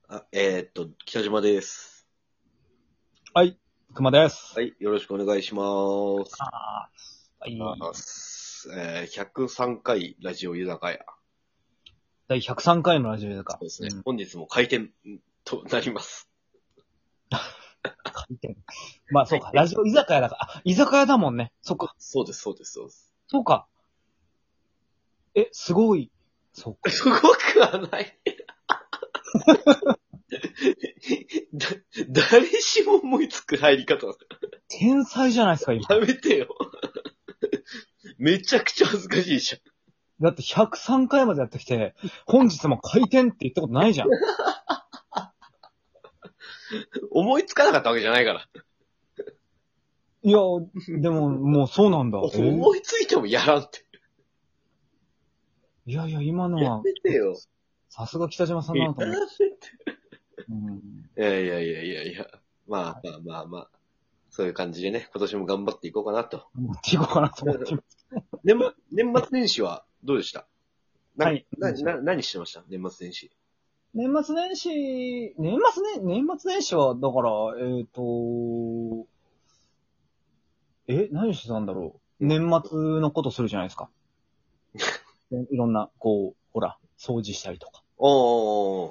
北島です。 はい、熊です。 はい、よろしくお願いします。 はい。 103回ラジオ居酒屋。 第103回のラジオですか。 そうですね。本日も開店となります。 開店。まあそうか、ラジオ居酒屋だから。あ、居酒屋だもんね。そっか。 そうです、そうです、そうです。 そうか。すごい。そうか。 すごくはない。誰しも思いつく入り方。 天才じゃないですか、今。 やめてよ。めちゃくちゃ恥ずかしいじだって103回までやってきて、本日も開店って言ったことないじゃん。 ゃん。思いつかなかったわけじゃないから。 いや、でも、もうそうなんだ。 思いついてもやらんって。 いやいや、今のやは、 めてよ。 さすが北島さんだなと思って。うん、 いやいやいやいやいや。まあまあまあまあ。そういう感じでね、今年も頑張っていこうかなと。 持っていこうかなと思ってます。 年末年始はどうでしたはい。 何してました年末年始。 年末年始、年末年始は、だから、何してたんだろう。年末のことするじゃないですか。いろんな、こう、ほら、掃除したりとか。 おー。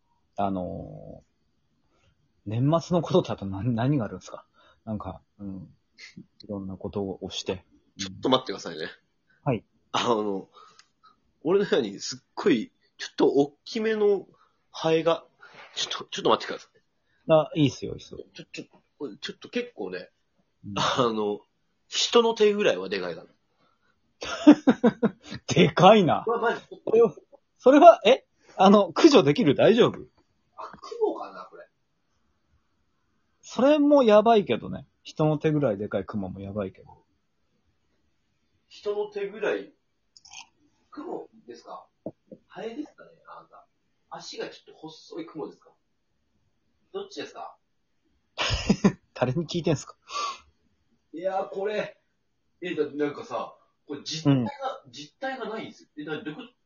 年末のことってあと何があるんですか。なんか、いろんなことをして。 ちょっと待ってくださいね。 はい。 俺のようにすっごい、ちょっと大きめのハエが、ちょっと待ってくださいいっすよ、いいっすよ。 い。ちょっと結構ね、 うん人の手ぐらいはでかいから。 でかいな。 マジそれは、駆除できる大丈夫雲かなこれ。 それもやばいけどね。人の手ぐらいでかいクマもやばいけど。 人の手ぐらい、雲ですかハエですかねあなた。足がちょっと細い雲ですかどっちですか誰に聞いてんすか。 いやー、これ、なんかさ、これ実体がないんですよ。どういうこと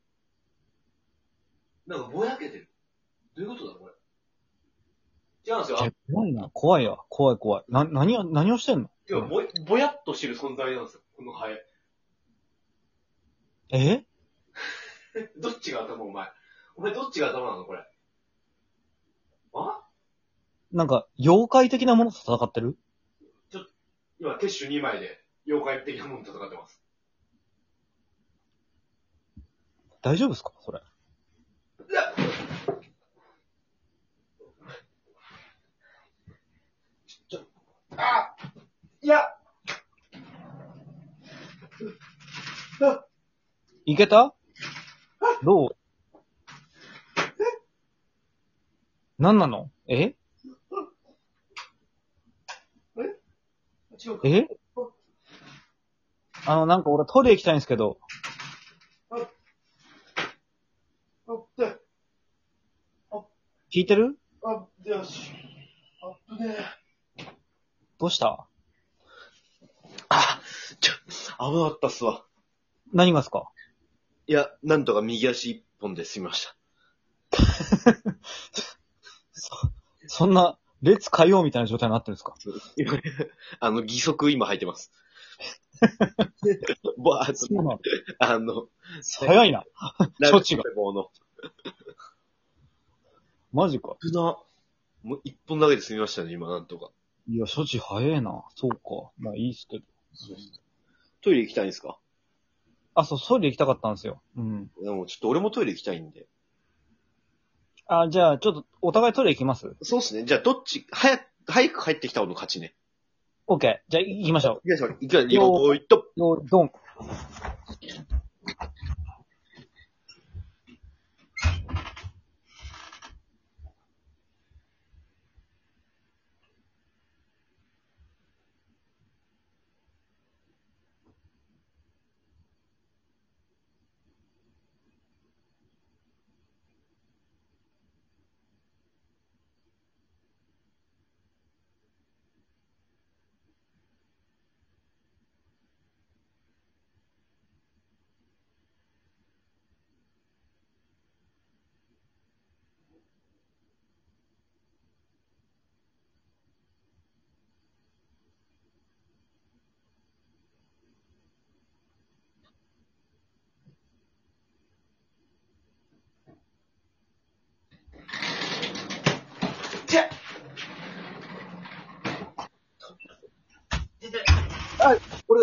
なんかぼやけてる。どういうことだ、これ。違うんですよ。 怖いな。怖いわ。怖い怖い。何をしてんの今日ぼやっとしてる存在なんですよ、このハエ。 えどっちが頭お前。お前どっちが頭なのこれ。あなんか、妖怪的なものと戦ってる今、テッシュ2枚で、妖怪的なものと戦ってます。 大丈夫ですかそれ。 いやあいやいけたどう何なの違うか。 えなんか俺トイレ行きたいんですけど。 で、 聞いてるよし。ねどうしたあ、危なかったっすわ。 何がっすかいや、なんとか右足一本で済みました。 そんな、列変えようみたいな状態になってるんですか義足今履いてます。 そうなのあの、 早いな。処置が。 の。 マジか。 もう一本だけで済みましたね、今なんとか。 いや、処置早えな。そうか。まあいいっすけど。 トイレ行きたいんですかあ、そう、トイレ行きたかったんですよ。 でもちょっと俺もトイレ行きたいんで。 じゃあ、ちょっと、お互いトイレ行きますそうっすね。じゃあどっち、早く帰ってきた方の勝ちね。 ?OK。じゃあ、行きましょいきましょう。いきましょう。よーいと。 う。ドン。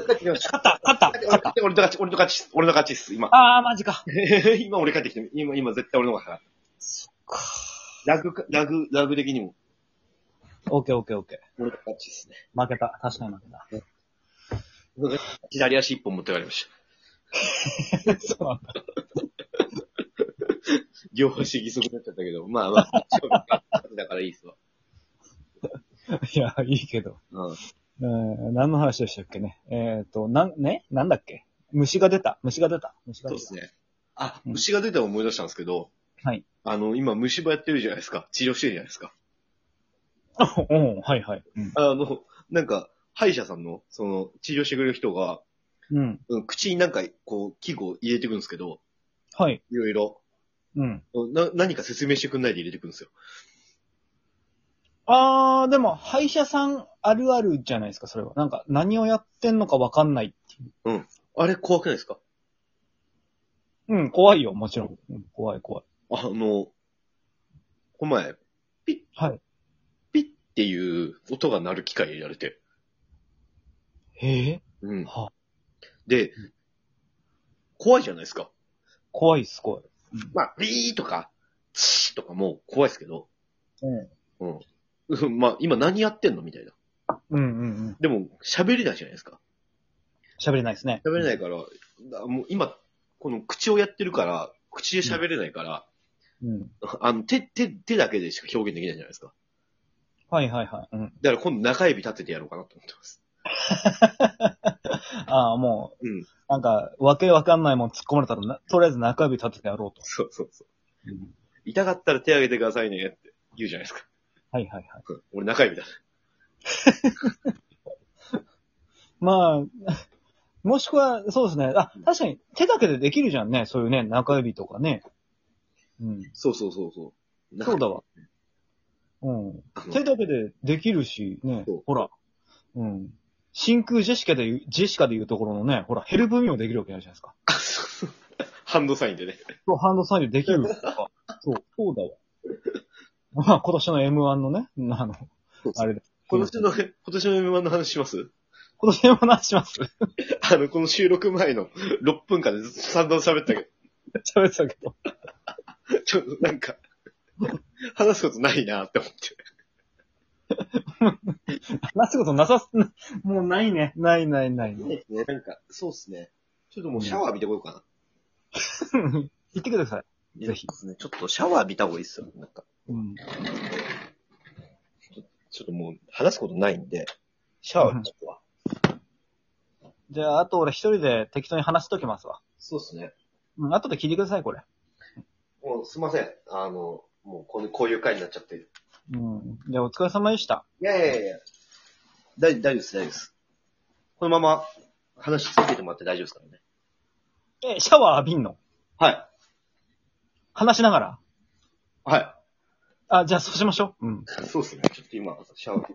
帰ってきました。 勝った。 俺の勝ちっす、今。 あー、マジか。 今俺帰ってきて、今絶対俺の方がそっか。 ラグ的にも。 オッケー。 俺の勝ちっすね。 負けた。確かに負けた。 左足一本持ってかれました。 そうなんだ。 両足義足になっちゃったけど、まあ、だからいいっすわ。 いや、いいけど。 うん。 何の話でしたっけね。なんだっけ虫が出た。 そうですね。虫が出たのを思い出したんですけど、 はい。 今虫歯やってるじゃないですか。治療してるじゃないですか。 はい。 なんか、歯医者さんの、治療してくれる人が、口になんか、器具を入れてくるんですけど、 はい。 いろいろ。何か説明してくんないで入れてくるんですよ。 でも、歯医者さんあるあるじゃないですか、それは。なんか、何をやってんのかわかんないっていう。 あれ怖くないですか？ 怖いよ、もちろん。怖い。 この前、ピッっていう音が鳴る機械やれて。 はで、怖いじゃないですか。 怖いっす。 まあ、ビーとか、チーとかも怖いですけど。まあ、今何やってんのみたいな。でも、喋れないじゃないですか。 喋れないですね。 喋れないから、もう今、この口をやってるから、口で喋れないから、手だけでしか表現できないじゃないですか。 はい。 だから今度中指立ててやろうかなと思ってます。 もう、なんか、わけわかんないもん突っ込まれたらとりあえず中指立ててやろうと。 そう。痛かったら手挙げてくださいねって言うじゃないですか。 はい。 俺中指だ。 まあ、もしくは、そうですね。確かに手だけでできるじゃんね。そういうね、中指とかね。 そう。 そうだわ。手だけでできるし、ね。ほら。真空ジェシカで言うところのね、ほら、ヘルプミもできるわけじゃないですか。 ハンドサインでね。 そう、ハンドサインでできる。そうだわ。まあ、今年の M1 のね、あれで。 今年の M1 の話します？ 今年の M1 の話します？ この収録前の6分間でずっと散々喋ったけど。 喋ってたけど。 ちょっとなんか、話すことないなって思って。 話すことなさもうないね。ない。 なんか、そうっすね。ちょっともうシャワー浴びてこようかな。行ってください。ぜひ。 ちょっとシャワー浴びた方がいいっすよ。なんか。ちょっともう話すことないんで、シャワー浴びちゃったわ。 じゃあ、あと俺一人で適当に話しときますわ。 そうっすね。 後で聞いてください、これ。 もうすいません。もうこういう回になっちゃって。 じゃあお疲れ様でした。 いや。大丈夫です。このまま話し続けてもらって大丈夫ですからね。 シャワー浴びんの？ はい。 話しながら？ はい。 じゃあそうしましょう。 そうですね。ちょっと今、シャワー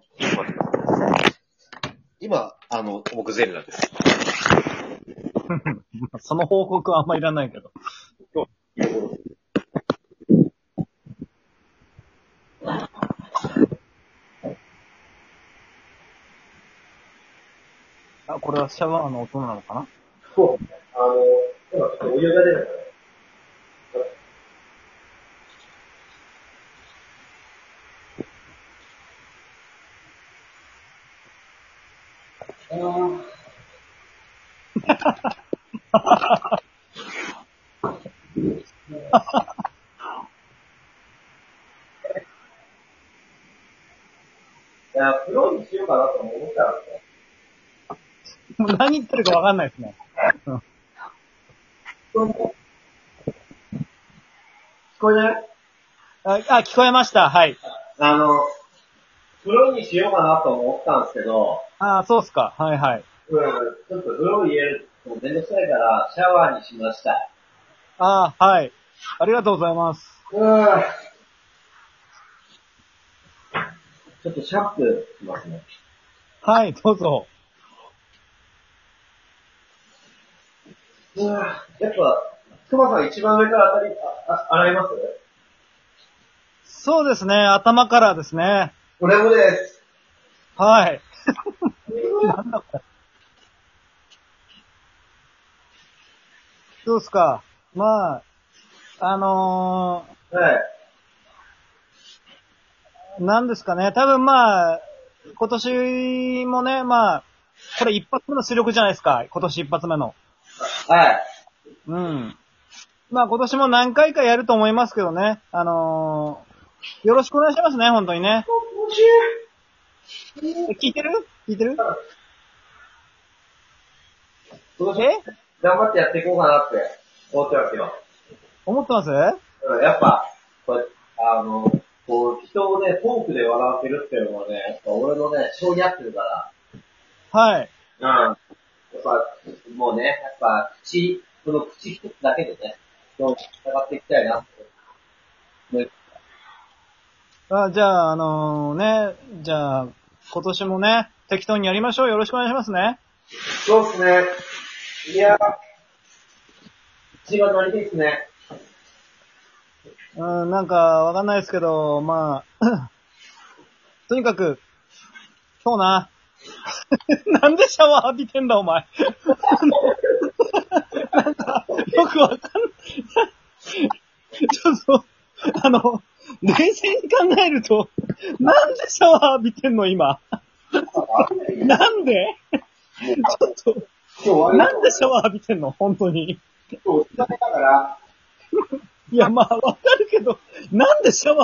今、僕ゼルダです。 その報告はあんまいらないけど。これはシャワーの音なのかな？ そう。今ちょっとお湯が出ないから。いや、風呂にしようかなと思ったんですよ。 もう何言ってるかわかんないですね。 聞こえない？ 聞こえました。はい。 風呂にしようかなと思ったんですけど。 そうっすか。はい。 ちょっと風呂入れるのめんどくさいから、シャワーにしました。 はい。ありがとうございます。 ちょっとシャップしますね。 はい、どうぞ。 やっぱ、熊さん一番上から洗います？ そうですね、頭からですね。 俺もです。 はい。なんだこれ。 そうっすか。まあ、 はい。 なんですかね。多分まあ、今年もね、まあ、これ一発目の出力じゃないですか。今年一発目の。 はい。 うん。まあ今年も何回かやると思いますけどね。よろしくお願いしますね、本当にね。聞いてる聞いてる頑張ってやっていこうかなって思ってますよ。 思ってます？ やっぱ、こう、人をね、トークで笑わせるっていうのはね、やっぱ俺のね、性に合ってるから。 はい。 うん。やっぱ、もうね、やっぱ、その口一つだけでね、人を戦っていきたいなって。ね。 じゃあ、じゃあ、今年もね、適当にやりましょう。よろしくお願いしますね。 そうっすね。いやー、違うなりですね。 なんか、わかんないですけど、まあ、とにかく、そうな。なんでシャワー浴びてんだ、お前。なんか、よくわかんない。ちょっと、冷静に考えると、なんでシャワー浴びてんの、今。なんでちょっと、なんでシャワー浴びてんの、本当に。 今日お疲れだから。 いや、まあ、わかるけど、なんでシャワー